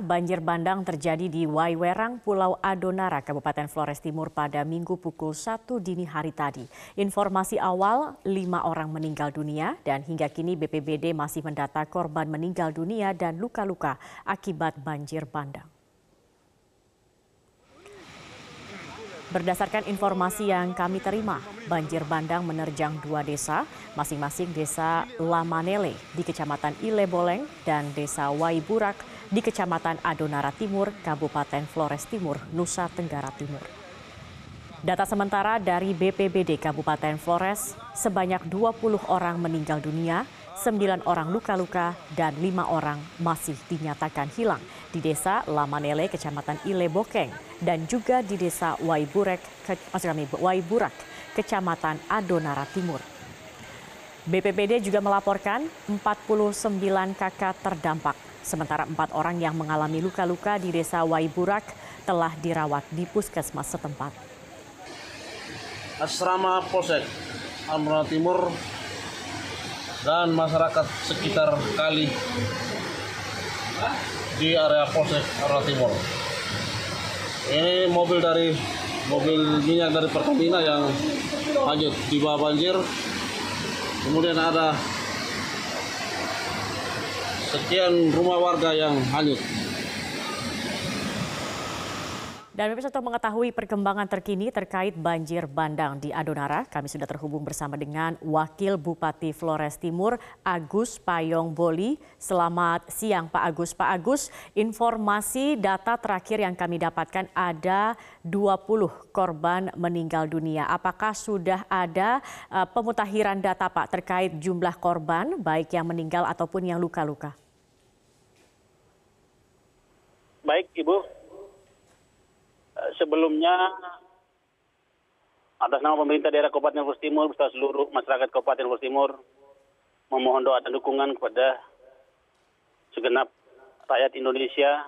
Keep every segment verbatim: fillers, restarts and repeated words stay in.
banjir bandang terjadi di Waiwerang, Pulau Adonara, Kabupaten Flores Timur pada Minggu pukul satu dini hari tadi. Informasi awal, lima orang meninggal dunia dan hingga kini B P B D masih mendata korban meninggal dunia dan luka-luka akibat banjir bandang. Berdasarkan informasi yang kami terima, banjir bandang menerjang dua desa, masing-masing desa Lamanele di Kecamatan Ile Boleng dan desa Waiburak di Kecamatan Adonara Timur, Kabupaten Flores Timur, Nusa Tenggara Timur. Data sementara dari B P B D Kabupaten Flores, sebanyak dua puluh orang meninggal dunia, sembilan orang luka-luka, dan lima orang masih dinyatakan hilang di desa Lamanele, Kecamatan Ile Bokeng, dan juga di desa Waiburek, ke, maksud kami, Waiburak, Kecamatan Adonara Timur. B P B D juga melaporkan empat puluh sembilan kakak terdampak, sementara empat orang yang mengalami luka-luka di desa Waiburak telah dirawat di puskesmas setempat. Asrama Polsek Adonara Timur dan masyarakat sekitar kali di area Polsek Adonara Timur. Ini mobil dari mobil minyak dari Pertamina yang hanyut di bawah banjir. Kemudian ada sekian rumah warga yang hanyut. Dan pemirsa, untuk mengetahui perkembangan terkini terkait banjir bandang di Adonara, kami sudah terhubung bersama dengan Wakil Bupati Flores Timur, Agus Payong Boli. Selamat siang Pak Agus. Pak Agus, informasi data terakhir yang kami dapatkan ada dua puluh korban meninggal dunia. Apakah sudah ada uh, pemutakhiran data Pak terkait jumlah korban, baik yang meninggal ataupun yang luka-luka? Baik Ibu. Sebelumnya, atas nama pemerintah daerah Kabupaten Flores Timur beserta seluruh masyarakat Kabupaten Flores Timur memohon doa dan dukungan kepada segenap rakyat Indonesia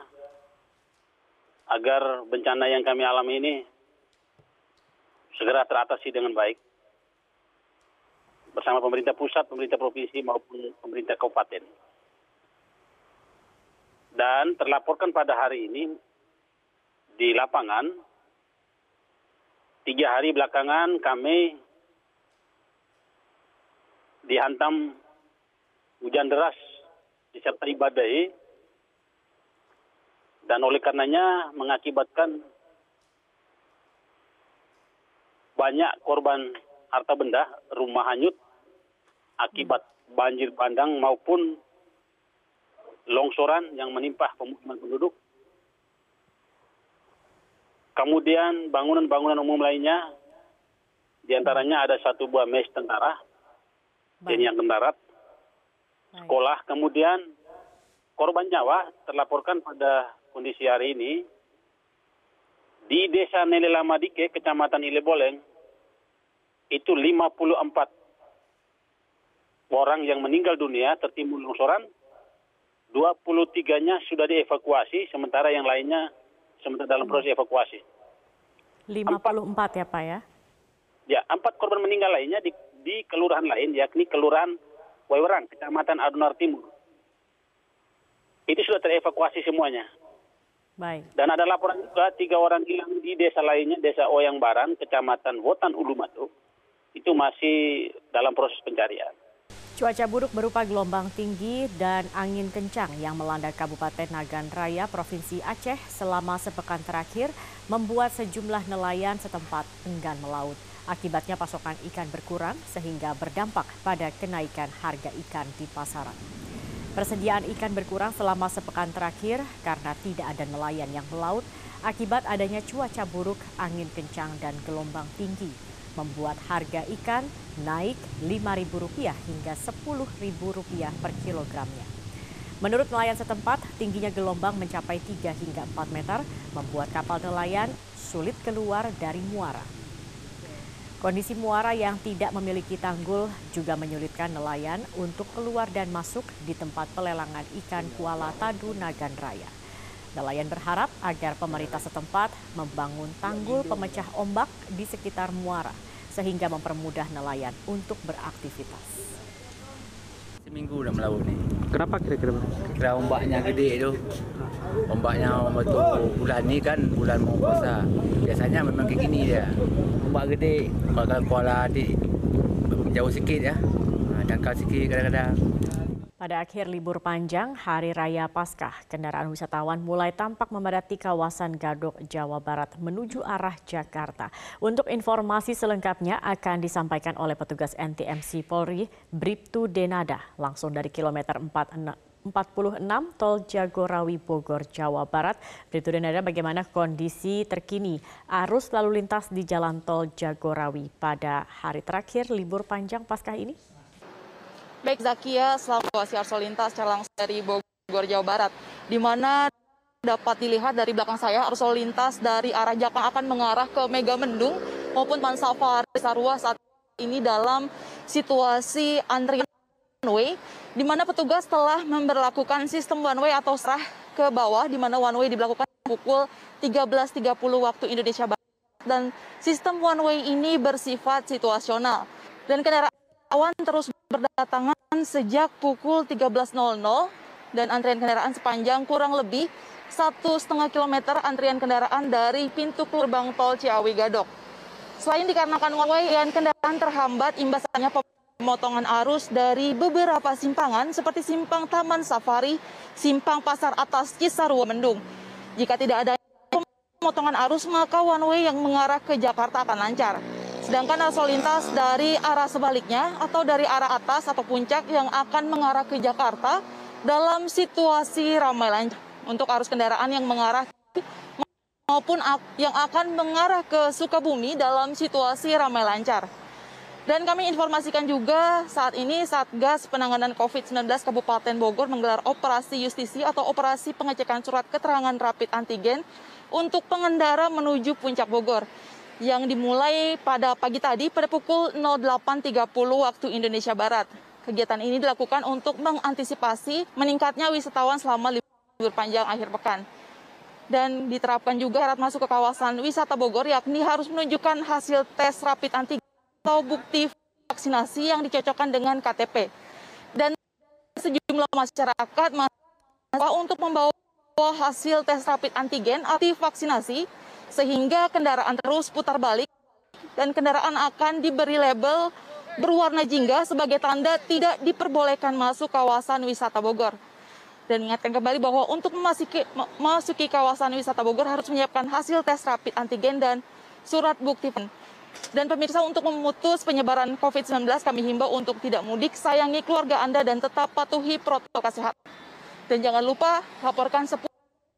agar bencana yang kami alami ini segera teratasi dengan baik bersama pemerintah pusat, pemerintah provinsi maupun pemerintah kabupaten. Dan terlaporkan pada hari ini di lapangan, tiga hari belakangan kami dihantam hujan deras disertai badai, dan oleh karenanya mengakibatkan banyak korban harta benda, rumah hanyut akibat banjir bandang maupun longsoran yang menimpa pemukiman penduduk. Kemudian bangunan-bangunan umum lainnya, diantaranya ada satu buah mes tentara, T N I Angkatan Darat, sekolah. Kemudian korban nyawa terlaporkan pada kondisi hari ini di Desa Nele Lamadike, Kecamatan Ile Boleng, itu lima puluh empat orang yang meninggal dunia tertimbun longsoran, dua puluh tiga-nya sudah dievakuasi, sementara yang lainnya sementara dalam proses evakuasi. lima puluh empat ya Pak ya? Ya, empat korban meninggal lainnya di, di kelurahan lain, yakni Kelurahan Waiwerang, Kecamatan Adonara Timur. Itu sudah terevakuasi semuanya. Baik. Dan ada laporan juga tiga orang hilang di desa lainnya, Desa Oyang Baran, Kecamatan Wotan Ulumatu. Itu masih dalam proses pencarian. Cuaca buruk berupa gelombang tinggi dan angin kencang yang melanda Kabupaten Nagan Raya, Provinsi Aceh selama sepekan terakhir membuat sejumlah nelayan setempat enggan melaut. Akibatnya pasokan ikan berkurang sehingga berdampak pada kenaikan harga ikan di pasaran. Persediaan ikan berkurang selama sepekan terakhir karena tidak ada nelayan yang melaut akibat adanya cuaca buruk, angin kencang dan gelombang tinggi, membuat harga ikan naik lima ribu rupiah hingga sepuluh ribu rupiah per kilogramnya. Menurut nelayan setempat, tingginya gelombang mencapai tiga hingga empat meter, membuat kapal nelayan sulit keluar dari muara. Kondisi muara yang tidak memiliki tanggul juga menyulitkan nelayan untuk keluar dan masuk di tempat pelelangan ikan Kuala Tadu Nagan Raya. Nelayan berharap agar pemerintah setempat membangun tanggul pemecah ombak di sekitar muara sehingga mempermudah nelayan untuk beraktivitas. Seminggu udah melaut nih. Kenapa kira-kira? Kira ombaknya gede itu. Ombaknya waktu bulan ini kan bulan mau puasa. Biasanya memang kayak gini dia. Ombak gede, bakal kuala di jauh sikit ya. Nah, dangkal sikit kadang-kadang. Pada akhir libur panjang Hari Raya Paskah, kendaraan wisatawan mulai tampak memadati kawasan Gadok, Jawa Barat menuju arah Jakarta. Untuk informasi selengkapnya akan disampaikan oleh petugas N T M C Polri, Bribtu Denada, langsung dari kilometer empat puluh enam Tol Jagorawi Bogor, Jawa Barat. Bribtu Denada, bagaimana kondisi terkini arus lalu lintas di Jalan Tol Jagorawi pada hari terakhir libur panjang Paskah ini? Baik Zakia, selamat situasi arus lalu lintas secara langsung dari Bogor, Jawa Barat, di mana dapat dilihat dari belakang saya arus lalu lintas dari arah Jakang akan mengarah ke Megamendung maupun Taman Safari Cisarua saat ini dalam situasi antrian one way, di mana petugas telah memberlakukan sistem one way atau serah ke bawah, di mana one way diberlakukan pukul tiga belas tiga puluh waktu Indonesia Barat, dan sistem one way ini bersifat situasional dan kendaraan awan terus berdatangan sejak pukul tiga belas nol nol dan antrian kendaraan sepanjang kurang lebih satu setengah kilometer antrian kendaraan dari pintu gerbang tol Ciawi Gadok. Selain dikarenakan one way, dan kendaraan terhambat imbasnya pemotongan arus dari beberapa simpangan seperti simpang Taman Safari, simpang Pasar Atas Cisarua Mendung. Jika tidak ada pemotongan arus, maka one way yang mengarah ke Jakarta akan lancar. Sedangkan arus lalu lintas dari arah sebaliknya atau dari arah atas atau puncak yang akan mengarah ke Jakarta dalam situasi ramai lancar. Untuk arus kendaraan yang mengarah maupun yang akan mengarah ke Sukabumi dalam situasi ramai lancar. Dan kami informasikan juga saat ini Satgas Penanganan COVID sembilan belas Kabupaten Bogor menggelar operasi justisi atau operasi pengecekan surat keterangan rapid antigen untuk pengendara menuju Puncak Bogor, yang dimulai pada pagi tadi pada pukul delapan tiga puluh waktu Indonesia Barat. Kegiatan ini dilakukan untuk mengantisipasi meningkatnya wisatawan selama libur panjang akhir pekan. Dan diterapkan juga syarat masuk ke kawasan wisata Bogor, yakni harus menunjukkan hasil tes rapid antigen atau bukti vaksinasi yang dicocokkan dengan K T P. Dan sejumlah masyarakat untuk membawa hasil tes rapid antigen atau vaksinasi, sehingga kendaraan terus putar balik dan kendaraan akan diberi label berwarna jingga sebagai tanda tidak diperbolehkan masuk kawasan wisata Bogor. Dan ingatkan kembali bahwa untuk memasuki, memasuki kawasan wisata Bogor harus menyiapkan hasil tes rapid antigen dan surat bukti. Dan pemirsa, untuk memutus penyebaran COVID sembilan belas, kami himbau untuk tidak mudik, sayangi keluarga Anda dan tetap patuhi protokol kesehatan. Dan jangan lupa laporkan sepuluh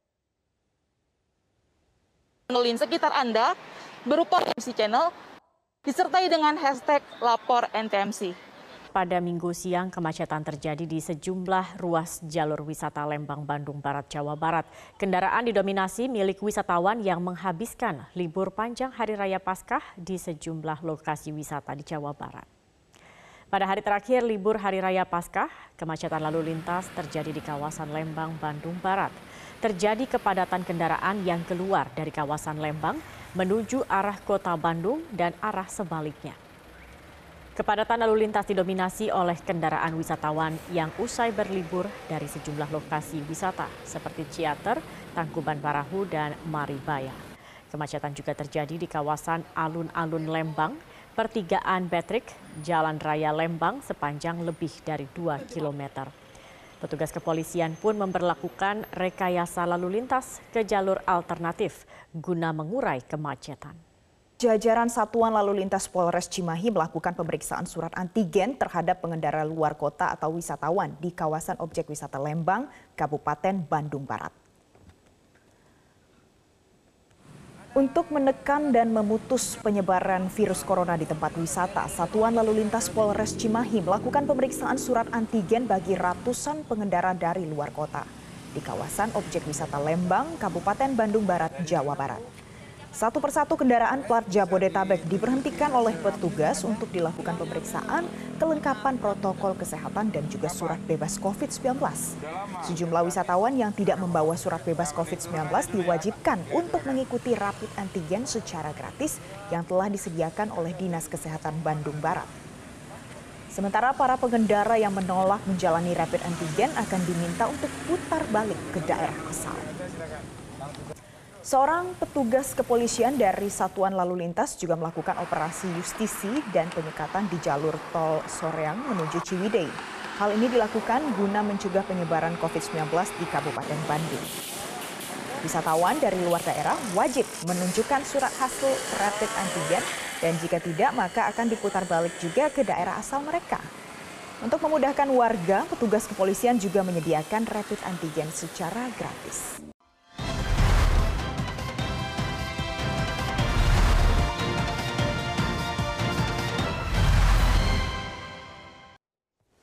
sekitar Anda berupa N T M C Channel disertai dengan hashtag lapor N T M C. Pada Minggu siang, kemacetan terjadi di sejumlah ruas jalur wisata Lembang, Bandung Barat, Jawa Barat. Kendaraan didominasi milik wisatawan yang menghabiskan libur panjang Hari Raya Paskah di sejumlah lokasi wisata di Jawa Barat. Pada hari terakhir libur Hari Raya Paskah, kemacetan lalu lintas terjadi di kawasan Lembang, Bandung Barat. Terjadi kepadatan kendaraan yang keluar dari kawasan Lembang menuju arah kota Bandung dan arah sebaliknya. Kepadatan lalu lintas didominasi oleh kendaraan wisatawan yang usai berlibur dari sejumlah lokasi wisata seperti Ciater, Tangkuban Parahu, dan Maribaya. Kemacetan juga terjadi di kawasan alun-alun Lembang, pertigaan Betrik, Jalan Raya Lembang sepanjang lebih dari dua kilometer. Petugas kepolisian pun memberlakukan rekayasa lalu lintas ke jalur alternatif guna mengurai kemacetan. Jajaran Satuan Lalu Lintas Polres Cimahi melakukan pemeriksaan surat antigen terhadap pengendara luar kota atau wisatawan di kawasan objek wisata Lembang, Kabupaten Bandung Barat. Untuk menekan dan memutus penyebaran virus corona di tempat wisata, Satuan Lalu Lintas Polres Cimahi melakukan pemeriksaan surat antigen bagi ratusan pengendara dari luar kota di kawasan objek wisata Lembang, Kabupaten Bandung Barat, Jawa Barat. Satu persatu kendaraan plat Jabodetabek diberhentikan oleh petugas untuk dilakukan pemeriksaan, kelengkapan protokol kesehatan dan juga surat bebas COVID sembilan belas. Sejumlah wisatawan yang tidak membawa surat bebas COVID sembilan belas diwajibkan untuk mengikuti rapid antigen secara gratis yang telah disediakan oleh Dinas Kesehatan Bandung Barat. Sementara para pengendara yang menolak menjalani rapid antigen akan diminta untuk putar balik ke daerah asal. Seorang petugas kepolisian dari Satuan Lalu Lintas juga melakukan operasi justisi dan penyekatan di jalur tol Soreang menuju Ciwidey. Hal ini dilakukan guna mencegah penyebaran covid sembilan belas di Kabupaten Bandung. Wisatawan dari luar daerah wajib menunjukkan surat hasil rapid antigen dan jika tidak maka akan diputar balik juga ke daerah asal mereka. Untuk memudahkan warga, petugas kepolisian juga menyediakan rapid antigen secara gratis.